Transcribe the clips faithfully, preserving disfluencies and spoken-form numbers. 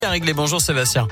Réglé. Bonjour Sébastien.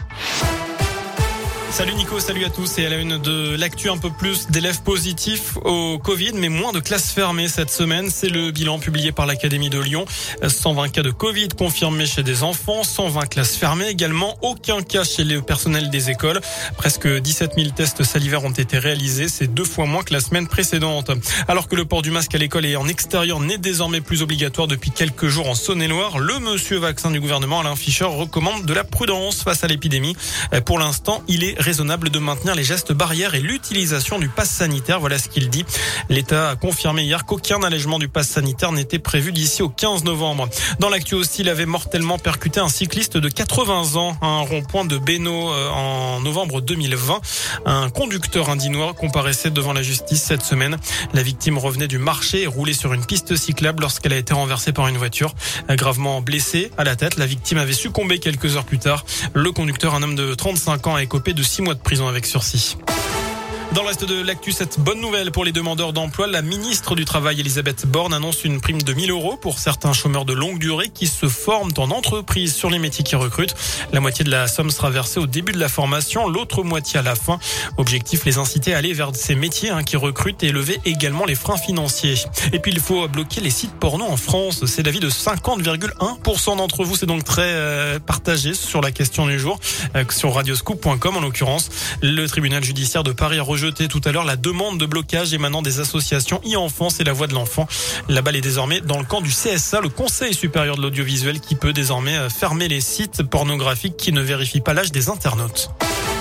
Salut Nico, salut à tous. Et à la une de l'actu, un peu plus d'élèves positifs au Covid, mais moins de classes fermées cette semaine. C'est le bilan publié par l'Académie de Lyon. cent vingt cas de Covid confirmés chez des enfants, cent vingt classes fermées également. Aucun cas chez le personnel des écoles. Presque dix-sept mille tests salivaires ont été réalisés. C'est deux fois moins que la semaine précédente. Alors que le port du masque à l'école et en extérieur n'est désormais plus obligatoire depuis quelques jours en Saône-et-Loire, le monsieur vaccin du gouvernement, Alain Fischer, recommande de la prudence face à l'épidémie. Pour l'instant, il est raisonnable de maintenir les gestes barrières et l'utilisation du pass sanitaire. Voilà ce qu'il dit. L'État a confirmé hier qu'aucun allègement du pass sanitaire n'était prévu d'ici au quinze novembre. Dans l'actu aussi, il avait mortellement percuté un cycliste de quatre-vingts ans à un rond-point de Bénaud en novembre deux mille vingt. Un conducteur indinois comparaissait devant la justice cette semaine. La victime revenait du marché et roulait sur une piste cyclable lorsqu'elle a été renversée par une voiture. Gravement blessée à la tête, la victime avait succombé quelques heures plus tard. Le conducteur, un homme de trente-cinq ans, a écopé de six mois de prison avec sursis. Dans le reste de l'actu, cette bonne nouvelle pour les demandeurs d'emploi, la ministre du Travail, Elisabeth Borne, annonce une prime de mille euros pour certains chômeurs de longue durée qui se forment en entreprise sur les métiers qui recrutent. La moitié de la somme sera versée au début de la formation, l'autre moitié à la fin. Objectif, les inciter à aller vers ces métiers hein, qui recrutent et lever également les freins financiers. Et puis, il faut bloquer les sites porno en France. C'est l'avis de cinquante virgule un pour cent d'entre vous. C'est donc très euh, partagé sur la question du jour, euh, sur radioscoop point com en l'occurrence. Le tribunal judiciaire de Paris a rejeté tout à l'heure la demande de blocage émanant des associations e-enfance et la voix de l'enfant. La balle est désormais dans le camp du C S A, le Conseil supérieur de l'audiovisuel, qui peut désormais fermer les sites pornographiques qui ne vérifient pas l'âge des internautes.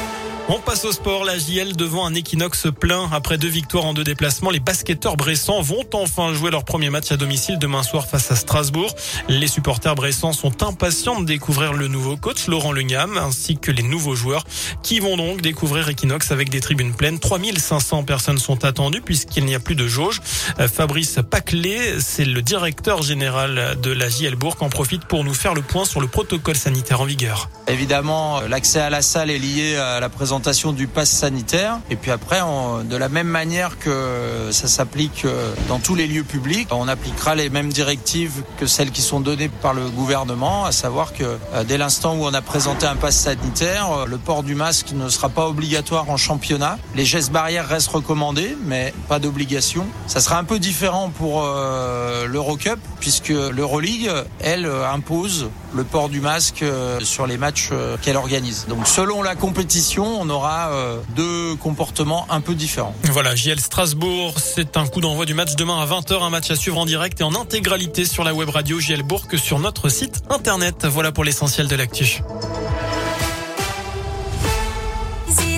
On passe au sport. La J L devant un Equinox plein. Après deux victoires en deux déplacements, les basketteurs bressans vont enfin jouer leur premier match à domicile demain soir face à Strasbourg. Les supporters bressans sont impatients de découvrir le nouveau coach Laurent Legnam ainsi que les nouveaux joueurs qui vont donc découvrir Equinox avec des tribunes pleines. trois mille cinq cents personnes sont attendues puisqu'il n'y a plus de jauge. Fabrice Paclet, c'est le directeur général de la J L Bourg, en profite pour nous faire le point sur le protocole sanitaire en vigueur. Évidemment, l'accès à la salle est lié à la présentation du pass sanitaire. Et puis après, on, de la même manière que ça s'applique dans tous les lieux publics, on appliquera les mêmes directives que celles qui sont données par le gouvernement, à savoir que dès l'instant où on a présenté un pass sanitaire, le port du masque ne sera pas obligatoire en championnat. Les gestes barrières restent recommandés, mais pas d'obligation. Ça sera un peu différent pour euh, l'Eurocup, puisque l'Euroleague, elle, impose le port du masque sur les matchs qu'elle organise. Donc selon la compétition, on aura euh, deux comportements un peu différents. Voilà, J L Strasbourg, c'est un coup d'envoi du match demain à vingt heures, un match à suivre en direct et en intégralité sur la web radio J L Bourg que sur notre site internet. Voilà pour l'essentiel de l'actu.